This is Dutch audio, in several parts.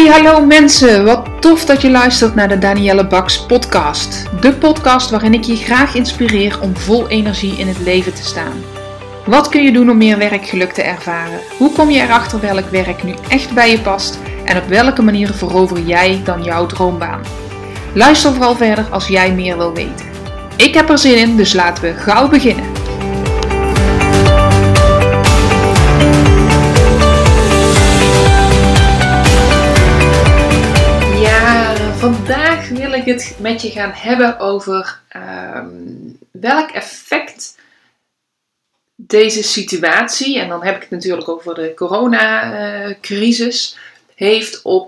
Hallo mensen, wat tof dat je luistert naar de Danielle Baks podcast. De podcast waarin ik je graag inspireer om vol energie in het leven te staan. Wat kun je doen om meer werkgeluk te ervaren? Hoe kom je erachter welk werk nu echt bij je past? En op welke manier verover jij dan jouw droombaan? Luister vooral verder als jij meer wil weten. Ik heb er zin in, dus laten we gauw beginnen. Vandaag wil ik het met je gaan hebben over welk effect deze situatie, en dan heb ik het natuurlijk over de coronacrisis, heeft op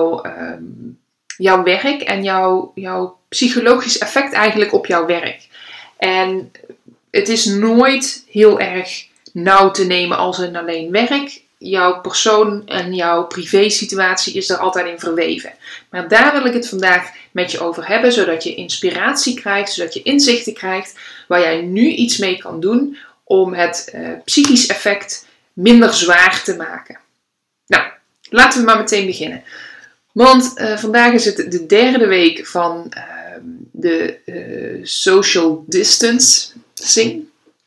jouw werk en jouw psychologisch effect eigenlijk op jouw werk. En het is nooit heel erg nauw te nemen als een alleen werk. Jouw persoon en jouw privésituatie is er altijd in verweven. Maar daar wil ik het vandaag met je over hebben, zodat je inspiratie krijgt, zodat je inzichten krijgt waar jij nu iets mee kan doen om het psychisch effect minder zwaar te maken. Nou, laten we maar meteen beginnen. Want vandaag is het de derde week van de social distancing.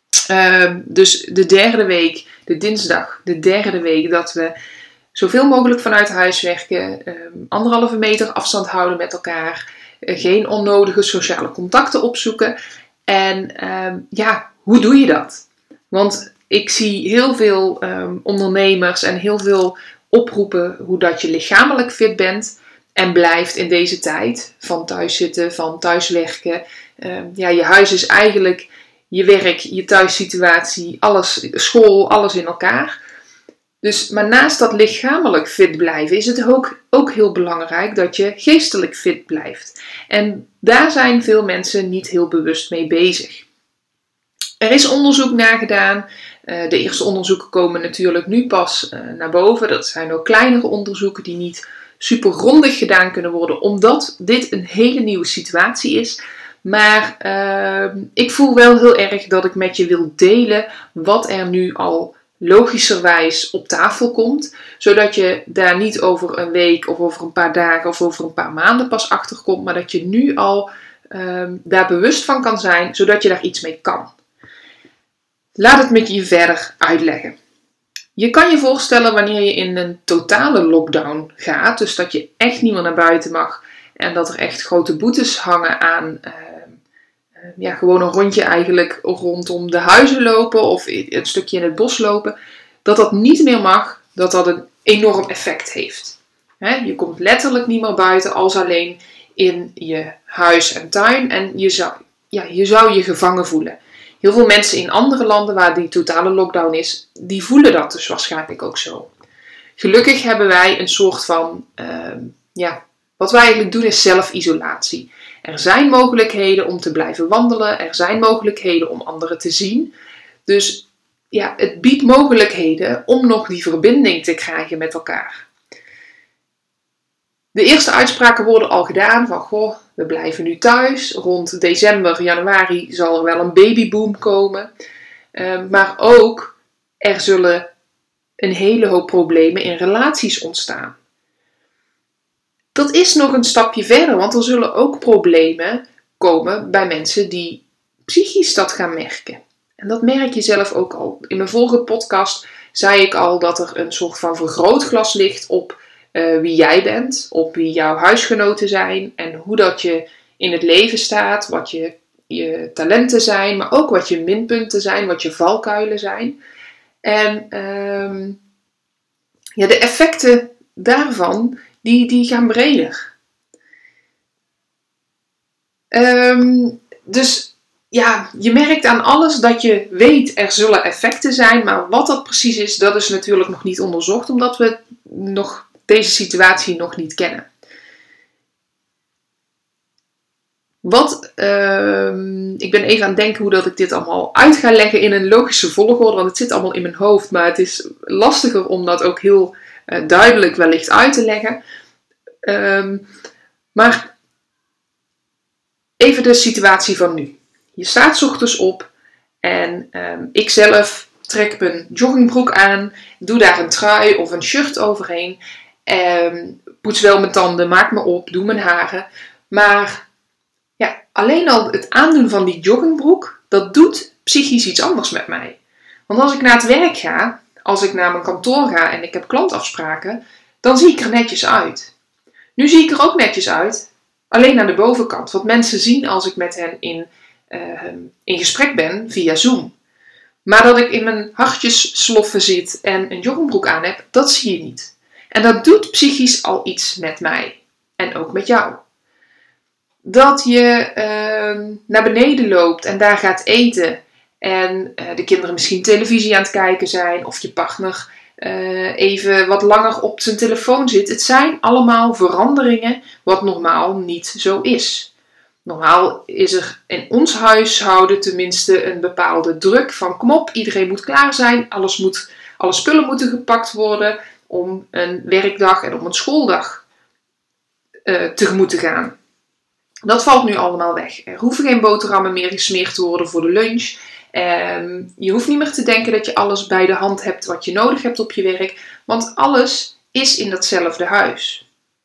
Dus de derde week, de dinsdag, de derde week dat we zoveel mogelijk vanuit huis werken, 1,5 meter afstand houden met elkaar, geen onnodige sociale contacten opzoeken. En hoe doe je dat? Want ik zie heel veel ondernemers en heel veel oproepen hoe dat je lichamelijk fit bent en blijft in deze tijd van thuiszitten, van thuiswerken. Je huis is eigenlijk je werk, je thuissituatie, alles, school, alles in elkaar. Maar naast dat lichamelijk fit blijven is het ook heel belangrijk dat je geestelijk fit blijft. En daar zijn veel mensen niet heel bewust mee bezig. Er is onderzoek naar gedaan. De eerste onderzoeken komen natuurlijk nu pas naar boven. Dat zijn ook kleinere onderzoeken die niet super grondig gedaan kunnen worden, omdat dit een hele nieuwe situatie is. Maar ik voel wel heel erg dat ik met je wil delen wat er nu al logischerwijs op tafel komt. Zodat je daar niet over een week of over een paar dagen of over een paar maanden pas achter komt. Maar dat je nu al daar bewust van kan zijn, zodat je daar iets mee kan. Laat het met je verder uitleggen. Je kan je voorstellen wanneer je in een totale lockdown gaat. Dus dat je echt niet meer naar buiten mag. En dat er echt grote boetes hangen aan gewoon een rondje eigenlijk rondom de huizen lopen of een stukje in het bos lopen. Dat niet meer mag, dat een enorm effect heeft. Je komt letterlijk niet meer buiten als alleen in je huis en tuin. En je zou je gevangen voelen. Heel veel mensen in andere landen waar die totale lockdown is, die voelen dat dus waarschijnlijk ook zo. Gelukkig hebben wij een soort van, wat wij eigenlijk doen is zelfisolatie. Er zijn mogelijkheden om te blijven wandelen. Er zijn mogelijkheden om anderen te zien. Dus het biedt mogelijkheden om nog die verbinding te krijgen met elkaar. De eerste uitspraken worden al gedaan van, we blijven nu thuis. Rond december, januari zal er wel een babyboom komen. Maar ook, er zullen een hele hoop problemen in relaties ontstaan. Dat is nog een stapje verder, want er zullen ook problemen komen bij mensen die psychisch dat gaan merken. En dat merk je zelf ook al. In mijn vorige podcast zei ik al dat er een soort van vergrootglas ligt op wie jij bent, op wie jouw huisgenoten zijn en hoe dat je in het leven staat, wat je talenten zijn, maar ook wat je minpunten zijn, wat je valkuilen zijn. En de effecten daarvan, die gaan breder. Je merkt aan alles dat je weet er zullen effecten zijn, maar wat dat precies is, dat is natuurlijk nog niet onderzocht, omdat we deze situatie nog niet kennen. Ik ben even aan het denken hoe dat ik dit allemaal uit ga leggen in een logische volgorde, want het zit allemaal in mijn hoofd, maar het is lastiger om dat ook heel duidelijk wellicht uit te leggen. Maar even de situatie van nu. Je staat 's ochtends op en ik zelf trek mijn joggingbroek aan, doe daar een trui of een shirt overheen. poets wel mijn tanden, maak me op, doe mijn haren. Maar ja, alleen al het aandoen van die joggingbroek, dat doet psychisch iets anders met mij. Want als ik naar het werk ga, als ik naar mijn kantoor ga en ik heb klantafspraken, dan zie ik er netjes uit. Nu zie ik er ook netjes uit, alleen aan de bovenkant. Wat mensen zien als ik met hen in gesprek ben via Zoom. Maar dat ik in mijn hartjessloffen zit en een joggingbroek aan heb, dat zie je niet. En dat doet psychisch al iets met mij. En ook met jou. Dat je naar beneden loopt en daar gaat eten. En de kinderen misschien televisie aan het kijken zijn. Of je partner even wat langer op zijn telefoon zit. Het zijn allemaal veranderingen wat normaal niet zo is. Normaal is er in ons huishouden tenminste een bepaalde druk van kom op, iedereen moet klaar zijn. Alle spullen moeten gepakt worden om een werkdag en om een schooldag tegemoet te gaan. Dat valt nu allemaal weg. Er hoeven geen boterhammen meer gesmeerd te worden voor de lunch. Je hoeft niet meer te denken dat je alles bij de hand hebt wat je nodig hebt op je werk. Want alles is in datzelfde huis.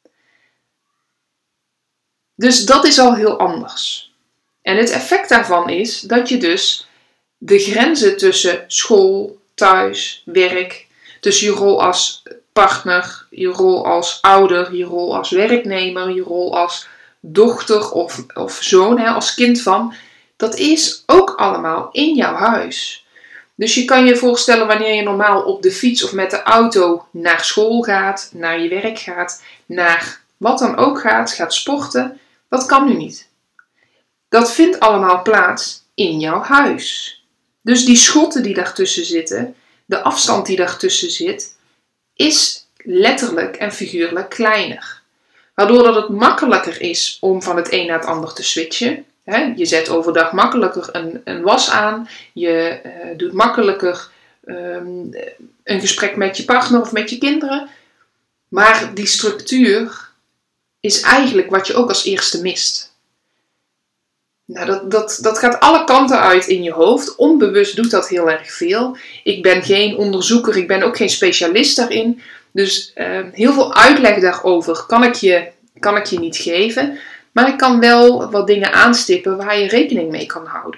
Dus dat is al heel anders. En het effect daarvan is dat je dus de grenzen tussen school, thuis, werk, tussen je rol als partner, je rol als ouder, je rol als werknemer, je rol als dochter of zoon, als kind van, dat is ook allemaal in jouw huis. Dus je kan je voorstellen wanneer je normaal op de fiets of met de auto naar school gaat, naar je werk gaat, naar wat dan ook gaat sporten, dat kan nu niet. Dat vindt allemaal plaats in jouw huis. Dus die schotten die daartussen zitten, de afstand die daartussen zit, is letterlijk en figuurlijk kleiner. Waardoor dat het makkelijker is om van het een naar het ander te switchen. Je zet overdag makkelijker een was aan. Je doet makkelijker een gesprek met je partner of met je kinderen. Maar die structuur is eigenlijk wat je ook als eerste mist. Nou, dat gaat alle kanten uit in je hoofd. Onbewust doet dat heel erg veel. Ik ben geen onderzoeker, ik ben ook geen specialist daarin. Dus heel veel uitleg daarover kan ik je niet geven. Maar ik kan wel wat dingen aanstippen waar je rekening mee kan houden.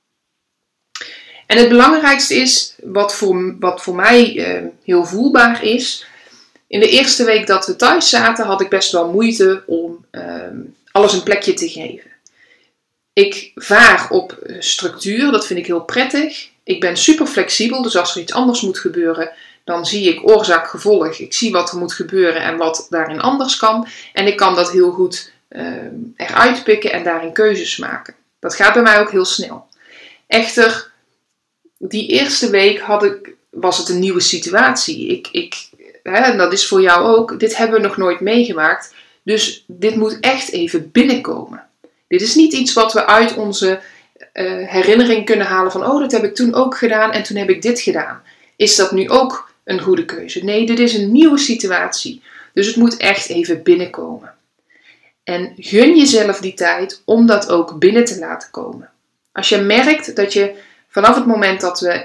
En het belangrijkste is, wat voor mij heel voelbaar is. In de eerste week dat we thuis zaten had ik best wel moeite om alles een plekje te geven. Ik vaar op structuur, dat vind ik heel prettig. Ik ben super flexibel, dus als er iets anders moet gebeuren, dan zie ik oorzaak-gevolg. Ik zie wat er moet gebeuren en wat daarin anders kan. En ik kan dat heel goed eruit pikken en daarin keuzes maken. Dat gaat bij mij ook heel snel. Echter, die eerste week was het een nieuwe situatie. En dat is voor jou ook. Dit hebben we nog nooit meegemaakt. Dus dit moet echt even binnenkomen. Dit is niet iets wat we uit onze herinnering kunnen halen van dat heb ik toen ook gedaan en toen heb ik dit gedaan. Is dat nu ook een goede keuze? Nee, dit is een nieuwe situatie. Dus het moet echt even binnenkomen. En gun jezelf die tijd om dat ook binnen te laten komen. Als je merkt dat je vanaf het moment dat we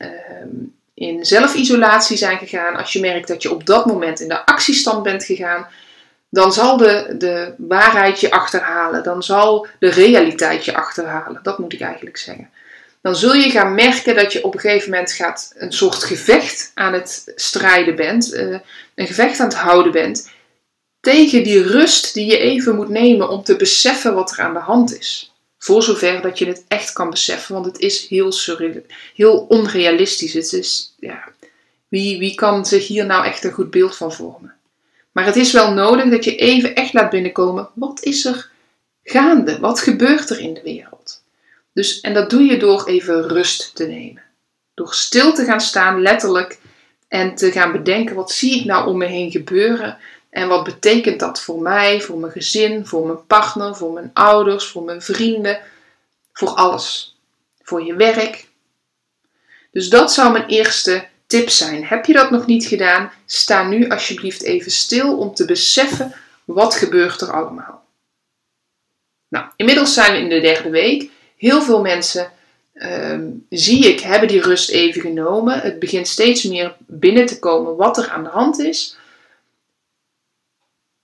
in zelfisolatie zijn gegaan, als je merkt dat je op dat moment in de actiestand bent gegaan, dan zal de waarheid je achterhalen. Dan zal de realiteit je achterhalen. Dat moet ik eigenlijk zeggen. Dan zul je gaan merken dat je op een gegeven moment een soort gevecht aan het strijden bent. Een gevecht aan het houden bent. Tegen die rust die je even moet nemen om te beseffen wat er aan de hand is. Voor zover dat je het echt kan beseffen. Want het is heel onrealistisch. Het is, wie kan zich hier nou echt een goed beeld van vormen? Maar het is wel nodig dat je even echt laat binnenkomen. Wat is er gaande? Wat gebeurt er in de wereld? En dat doe je door even rust te nemen. Door stil te gaan staan, letterlijk. En te gaan bedenken, wat zie ik nou om me heen gebeuren? En wat betekent dat voor mij, voor mijn gezin, voor mijn partner, voor mijn ouders, voor mijn vrienden? Voor alles. Voor je werk. Dus dat zou mijn eerste tip zijn. Heb je dat nog niet gedaan? Sta nu alsjeblieft even stil om te beseffen wat gebeurt er allemaal. Nou, inmiddels zijn we in de 3e week. Heel veel mensen zie ik hebben die rust even genomen. Het begint steeds meer binnen te komen wat er aan de hand is.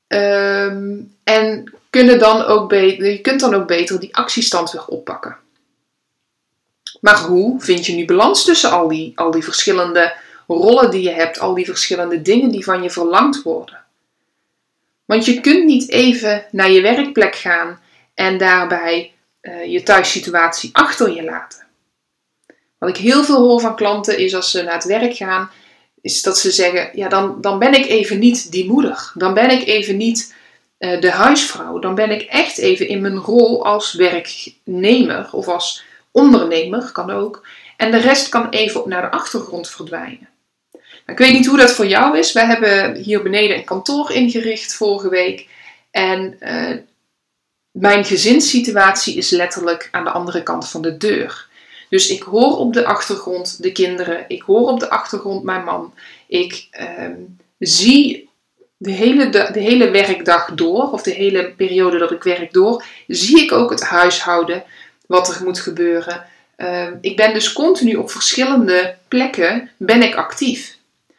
En je kunt dan ook beter die actiestand weer oppakken. Maar hoe vind je nu balans tussen al die verschillende rollen die je hebt, al die verschillende dingen die van je verlangd worden? Want je kunt niet even naar je werkplek gaan en daarbij je thuissituatie achter je laten. Wat ik heel veel hoor van klanten is als ze naar het werk gaan, is dat ze zeggen, ja, dan ben ik even niet die moeder. Dan ben ik even niet de huisvrouw. Dan ben ik echt even in mijn rol als werknemer of als ondernemer, kan ook. En de rest kan even naar de achtergrond verdwijnen. Ik weet niet hoe dat voor jou is. Wij hebben hier beneden een kantoor ingericht vorige week. En mijn gezinssituatie is letterlijk aan de andere kant van de deur. Dus ik hoor op de achtergrond de kinderen. Ik hoor op de achtergrond mijn man. Ik zie de hele werkdag door, of de hele periode dat ik werk door, zie ik ook het huishouden, wat er moet gebeuren. Ik ben dus continu op verschillende plekken ben ik actief.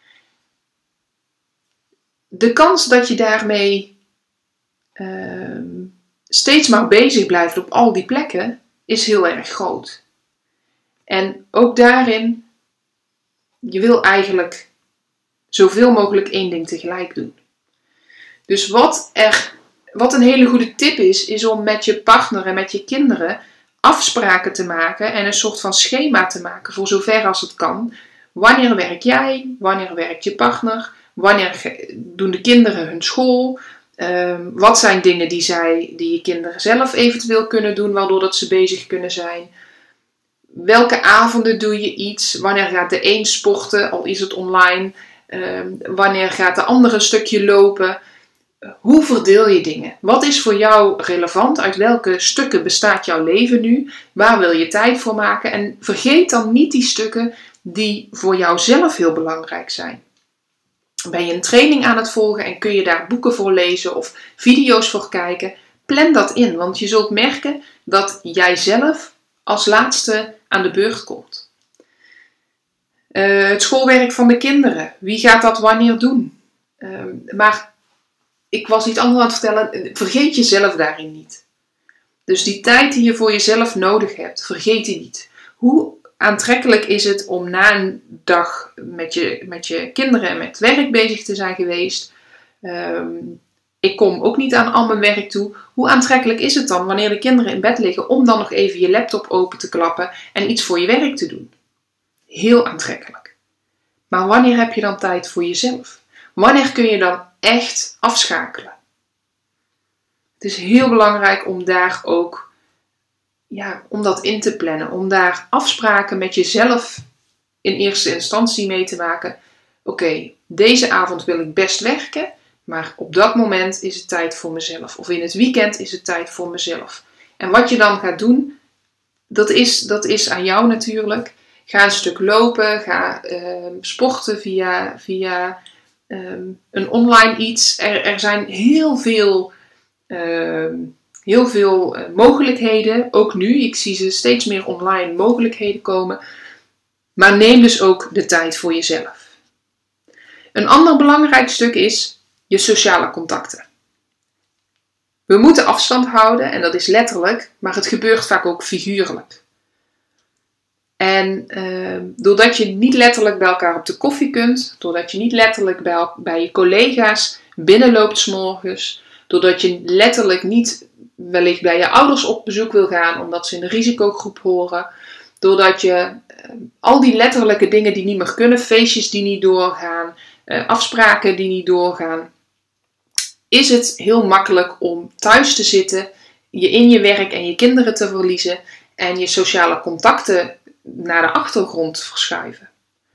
De kans dat je daarmee steeds maar bezig blijft op al die plekken is heel erg groot. En ook daarin, je wil eigenlijk zoveel mogelijk één ding tegelijk doen. Dus wat een hele goede tip is om met je partner en met je kinderen afspraken te maken en een soort van schema te maken voor zover als het kan. Wanneer werk jij? Wanneer werkt je partner? Wanneer doen de kinderen hun school? Wat zijn dingen die je kinderen zelf eventueel kunnen doen, waardoor dat ze bezig kunnen zijn? Welke avonden doe je iets? Wanneer gaat de een sporten, al is het online? Wanneer gaat de ander een stukje lopen? Hoe verdeel je dingen? Wat is voor jou relevant? Uit welke stukken bestaat jouw leven nu? Waar wil je tijd voor maken? En vergeet dan niet die stukken die voor jou zelf heel belangrijk zijn. Ben je een training aan het volgen en kun je daar boeken voor lezen of video's voor kijken? Plan dat in, want je zult merken dat jij zelf als laatste aan de beurt komt. Het schoolwerk van de kinderen. Wie gaat dat wanneer doen? Maar ik was iets anders aan het vertellen. Vergeet jezelf daarin niet. Dus die tijd die je voor jezelf nodig hebt, vergeet die niet. Hoe aantrekkelijk is het om na een dag met je kinderen en met werk bezig te zijn geweest? Ik kom ook niet aan al mijn werk toe. Hoe aantrekkelijk is het dan wanneer de kinderen in bed liggen om dan nog even je laptop open te klappen en iets voor je werk te doen? Heel aantrekkelijk. Maar wanneer heb je dan tijd voor jezelf? Wanneer kun je dan echt afschakelen? Het is heel belangrijk om daar ook, om dat in te plannen. Om daar afspraken met jezelf in eerste instantie mee te maken. Oké, deze avond wil ik best werken. Maar op dat moment is het tijd voor mezelf. Of in het weekend is het tijd voor mezelf. En wat je dan gaat doen, dat is aan jou natuurlijk. Ga een stuk lopen. Ga sporten via een online iets. Er zijn heel veel mogelijkheden. Ook nu. Ik zie ze steeds meer online mogelijkheden komen. Maar neem dus ook de tijd voor jezelf. Een ander belangrijk stuk is je sociale contacten. We moeten afstand houden en dat is letterlijk, maar het gebeurt vaak ook figuurlijk. En doordat je niet letterlijk bij elkaar op de koffie kunt, doordat je niet letterlijk bij je collega's binnenloopt 's morgens, doordat je letterlijk niet wellicht bij je ouders op bezoek wil gaan omdat ze in de risicogroep horen, doordat je al die letterlijke dingen die niet meer kunnen, feestjes die niet doorgaan, afspraken die niet doorgaan, is het heel makkelijk om thuis te zitten, je in je werk en je kinderen te verliezen en je sociale contacten naar de achtergrond verschuiven.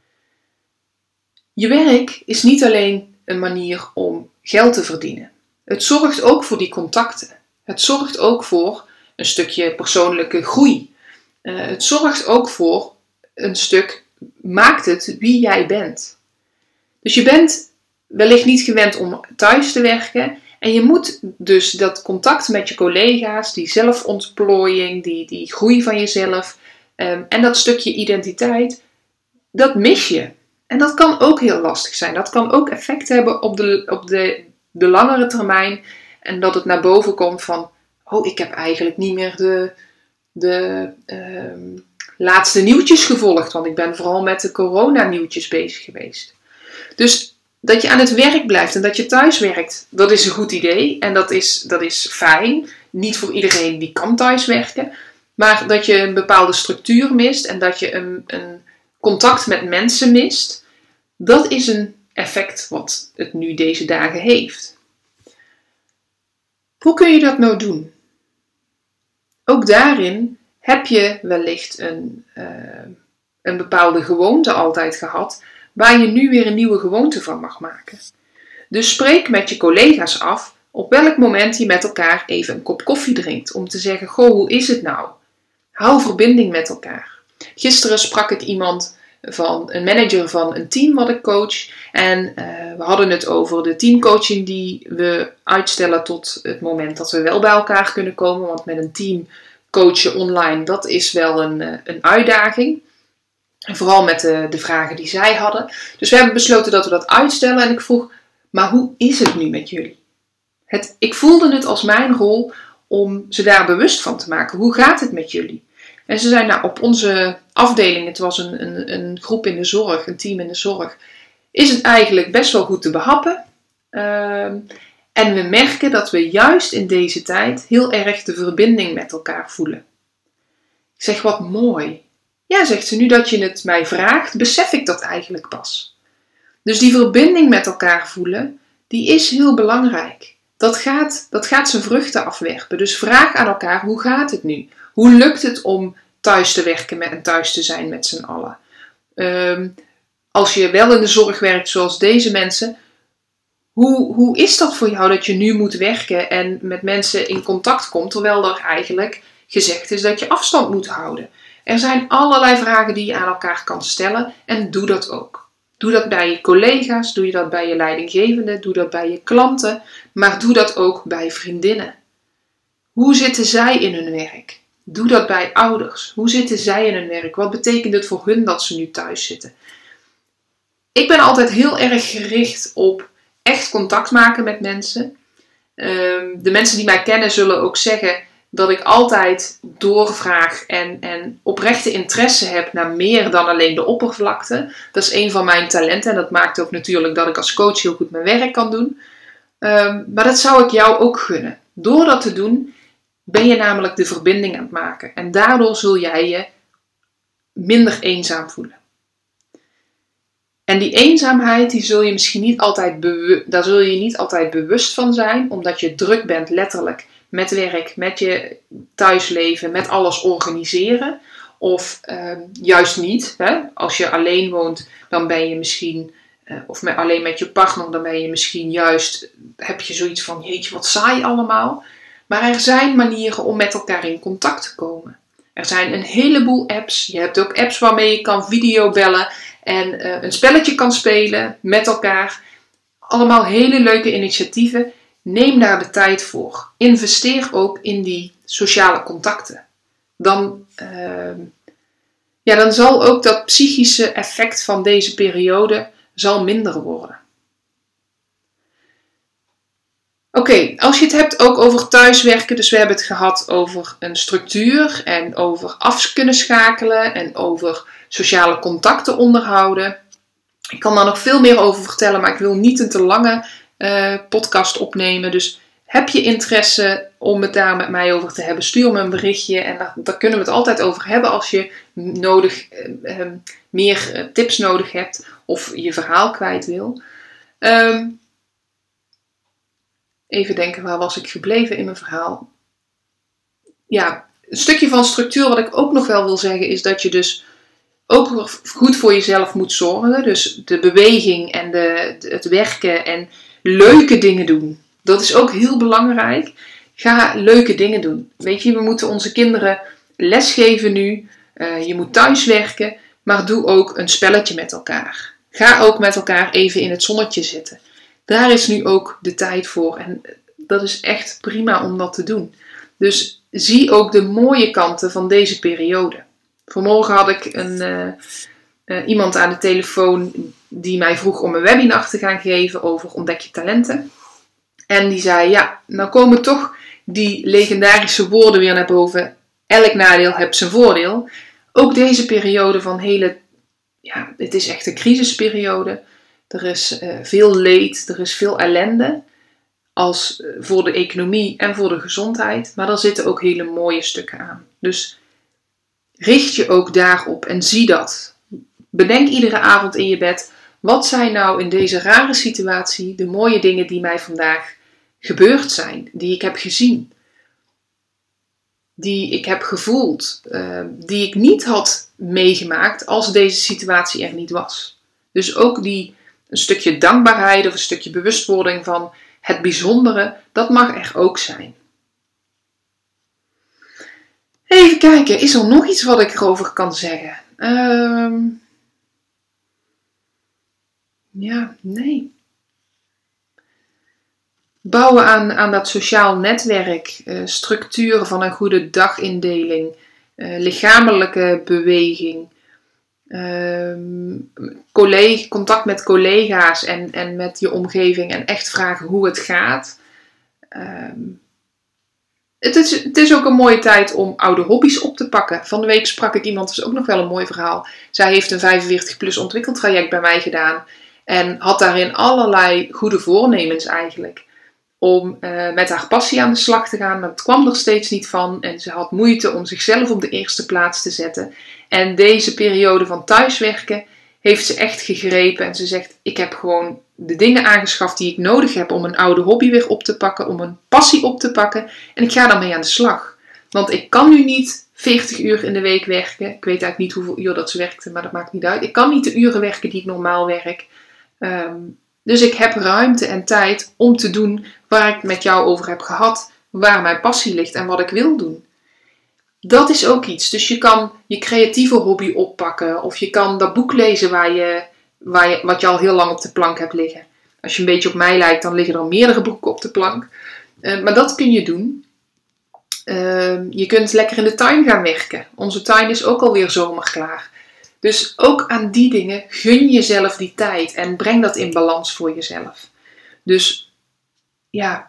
Je werk is niet alleen een manier om geld te verdienen. Het zorgt ook voor die contacten. Het zorgt ook voor een stukje persoonlijke groei. Het zorgt ook voor een stuk, maakt het wie jij bent. Dus je bent wellicht niet gewend om thuis te werken. En je moet dus dat contact met je collega's, die zelfontplooiing, die groei van jezelf en dat stukje identiteit, dat mis je. En dat kan ook heel lastig zijn. Dat kan ook effect hebben op de de langere termijn. En dat het naar boven komt van, ik heb eigenlijk niet meer de laatste nieuwtjes gevolgd. Want ik ben vooral met de corona-nieuwtjes bezig geweest. Dus dat je aan het werk blijft en dat je thuis werkt, dat is een goed idee. En dat is fijn. Niet voor iedereen die kan thuis werken. Maar dat je een bepaalde structuur mist en dat je een contact met mensen mist. Dat is een effect wat het nu deze dagen heeft. Hoe kun je dat nou doen? Ook daarin heb je wellicht een bepaalde gewoonte altijd gehad, waar je nu weer een nieuwe gewoonte van mag maken. Dus spreek met je collega's af op welk moment je met elkaar even een kop koffie drinkt. Om te zeggen, hoe is het nou? Hou verbinding met elkaar. Gisteren sprak ik een manager van een team wat ik coach. En we hadden het over de teamcoaching die we uitstellen tot het moment dat we wel bij elkaar kunnen komen. Want met een team coachen online, dat is wel een uitdaging. En vooral met de vragen die zij hadden. Dus we hebben besloten dat we dat uitstellen. En ik vroeg, maar hoe is het nu met jullie? Ik voelde het als mijn rol om ze daar bewust van te maken. Hoe gaat het met jullie? En ze zei, op onze afdeling, het was een groep in de zorg, een team in de zorg, is het eigenlijk best wel goed te behappen. En we merken dat we juist in deze tijd heel erg de verbinding met elkaar voelen. Ik zeg, wat mooi. Ja, zegt ze, nu dat je het mij vraagt, besef ik dat eigenlijk pas. Dus die verbinding met elkaar voelen, die is heel belangrijk. Dat gaat zijn vruchten afwerpen. Dus vraag aan elkaar, hoe gaat het nu? Hoe lukt het om thuis te werken en thuis te zijn met z'n allen? Als je wel in de zorg werkt zoals deze mensen, hoe is dat voor jou dat je nu moet werken en met mensen in contact komt, terwijl er eigenlijk gezegd is dat je afstand moet houden? Er zijn allerlei vragen die je aan elkaar kan stellen en doe dat ook. Doe dat bij je collega's, doe je dat bij je leidinggevende, doe dat bij je klanten, maar doe dat ook bij vriendinnen. Hoe zitten zij in hun werk? Doe dat bij ouders. Hoe zitten zij in hun werk? Wat betekent het voor hun dat ze nu thuis zitten? Ik ben altijd heel erg gericht op echt contact maken met mensen. De mensen die mij kennen zullen ook zeggen dat ik altijd doorvraag en oprechte interesse heb naar meer dan alleen de oppervlakte. Dat is een van mijn talenten en dat maakt ook natuurlijk dat ik als coach heel goed mijn werk kan doen. Maar dat zou ik jou ook gunnen. Door dat te doen ben je namelijk de verbinding aan het maken. En daardoor zul jij je minder eenzaam voelen. En die eenzaamheid, die zul je misschien daar zul je niet altijd bewust van zijn, omdat je druk bent letterlijk met werk, met je thuisleven, met alles organiseren. Of juist niet. Hè? Als je alleen woont, dan ben je misschien, alleen met je partner, dan ben je misschien juist, heb je zoiets van, jeetje, wat saai allemaal. Maar er zijn manieren om met elkaar in contact te komen. Er zijn een heleboel apps. Je hebt ook apps waarmee je kan videobellen en een spelletje kan spelen met elkaar. Allemaal hele leuke initiatieven. Neem daar de tijd voor. Investeer ook in die sociale contacten. Dan zal ook dat psychische effect van deze periode zal minder worden. Oké, als je het hebt ook over thuiswerken, dus we hebben het gehad over een structuur en over af kunnen schakelen en over sociale contacten onderhouden. Ik kan daar nog veel meer over vertellen, maar ik wil niet een te lange podcast opnemen. Dus heb je interesse om het daar met mij over te hebben, stuur me een berichtje en daar kunnen we het altijd over hebben als je meer tips nodig hebt of je verhaal kwijt wil. Even denken, waar was ik gebleven in mijn verhaal? Ja, een stukje van structuur wat ik ook nog wel wil zeggen is dat je dus ook goed voor jezelf moet zorgen. Dus de beweging en het werken en leuke dingen doen. Dat is ook heel belangrijk. Ga leuke dingen doen. Weet je, we moeten onze kinderen lesgeven nu. Je moet thuiswerken, maar doe ook een spelletje met elkaar. Ga ook met elkaar even in het zonnetje zitten. Daar is nu ook de tijd voor en dat is echt prima om dat te doen. Dus zie ook de mooie kanten van deze periode. Vanmorgen had ik iemand aan de telefoon die mij vroeg om een webinar te gaan geven over ontdek je talenten. En die zei, ja, nou komen toch die legendarische woorden weer naar boven. Elk nadeel heeft zijn voordeel. Ook deze periode van het is echt een crisisperiode. Er is veel leed, er is veel ellende. Als voor de economie en voor de gezondheid. Maar er zitten ook hele mooie stukken aan. Dus richt je ook daarop en zie dat. Bedenk iedere avond in je bed. Wat zijn nou in deze rare situatie de mooie dingen die mij vandaag gebeurd zijn? Die ik heb gezien. Die ik heb gevoeld. Die ik niet had meegemaakt als deze situatie er niet was. Dus ook een stukje dankbaarheid of een stukje bewustwording van het bijzondere, dat mag er ook zijn. Even kijken, is er nog iets wat ik erover kan zeggen? Nee. Bouwen aan dat sociaal netwerk, structuren van een goede dagindeling, lichamelijke beweging, contact met collega's en met je omgeving en echt vragen hoe het gaat. Het is ook een mooie tijd om oude hobby's op te pakken. Van de week sprak ik iemand, dat is ook nog wel een mooi verhaal. Zij heeft een 45+ ontwikkeltraject bij mij gedaan. En had daarin allerlei goede voornemens eigenlijk. Om met haar passie aan de slag te gaan. Maar het kwam er steeds niet van. En ze had moeite om zichzelf op de eerste plaats te zetten. En deze periode van thuiswerken heeft ze echt gegrepen. En ze zegt, ik heb gewoon de dingen aangeschaft die ik nodig heb om een oude hobby weer op te pakken. Om een passie op te pakken. En ik ga daarmee aan de slag. Want ik kan nu niet 40 uur in de week werken. Ik weet eigenlijk niet hoeveel uur dat ze werkte, maar dat maakt niet uit. Ik kan niet de uren werken die ik normaal werk. Dus ik heb ruimte en tijd om te doen waar ik het met jou over heb gehad. Waar mijn passie ligt en wat ik wil doen. Dat is ook iets. Dus je kan je creatieve hobby oppakken. Of je kan dat boek lezen wat je al heel lang op de plank hebt liggen. Als je een beetje op mij lijkt, dan liggen er meerdere boeken op de plank. Maar dat kun je doen. Je kunt lekker in de tuin gaan werken. Onze tuin is ook alweer zomerklaar. Dus ook aan die dingen gun jezelf die tijd. En breng dat in balans voor jezelf. Dus ja,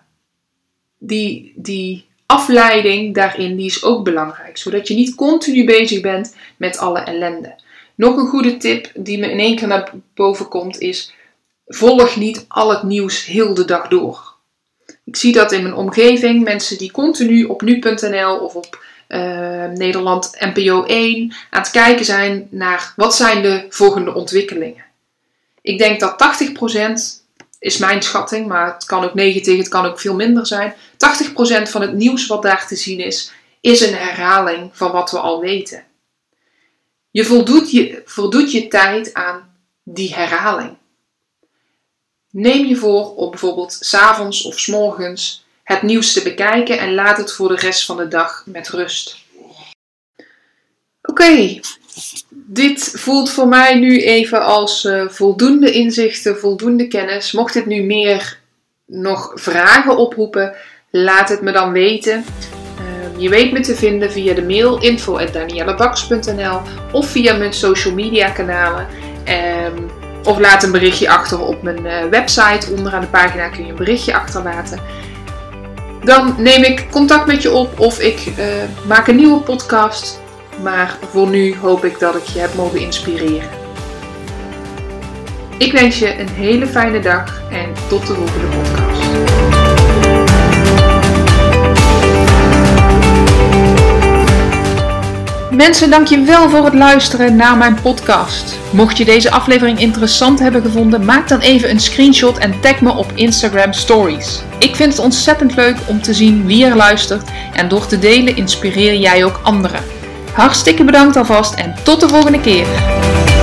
die afleiding daarin, die is ook belangrijk. Zodat je niet continu bezig bent met alle ellende. Nog een goede tip die me in één keer naar boven komt is, volg niet al het nieuws heel de dag door. Ik zie dat in mijn omgeving, mensen die continu op nu.nl of op Nederland NPO 1 aan het kijken zijn naar wat zijn de volgende ontwikkelingen. Ik denk dat 80%, is mijn schatting, maar het kan ook 90, het kan ook veel minder zijn. 80% van het nieuws wat daar te zien is een herhaling van wat we al weten. Je voldoet je tijd aan die herhaling. Neem je voor om bijvoorbeeld 's avonds of 's morgens het nieuws te bekijken en laat het voor de rest van de dag met rust. Oké, dit voelt voor mij nu even als voldoende inzichten, voldoende kennis. Mocht dit nu meer nog vragen oproepen, laat het me dan weten. Je weet me te vinden via de mail info@daniellebaks.nl of via mijn social media kanalen. Of laat een berichtje achter op mijn website. Onderaan de pagina kun je een berichtje achterlaten. Dan neem ik contact met je op of ik maak een nieuwe podcast. Maar voor nu hoop ik dat ik je heb mogen inspireren. Ik wens je een hele fijne dag en tot de volgende podcast. Mensen, dank je wel voor het luisteren naar mijn podcast. Mocht je deze aflevering interessant hebben gevonden, maak dan even een screenshot en tag me op Instagram Stories. Ik vind het ontzettend leuk om te zien wie er luistert en door te delen inspireer jij ook anderen. Hartstikke bedankt alvast en tot de volgende keer.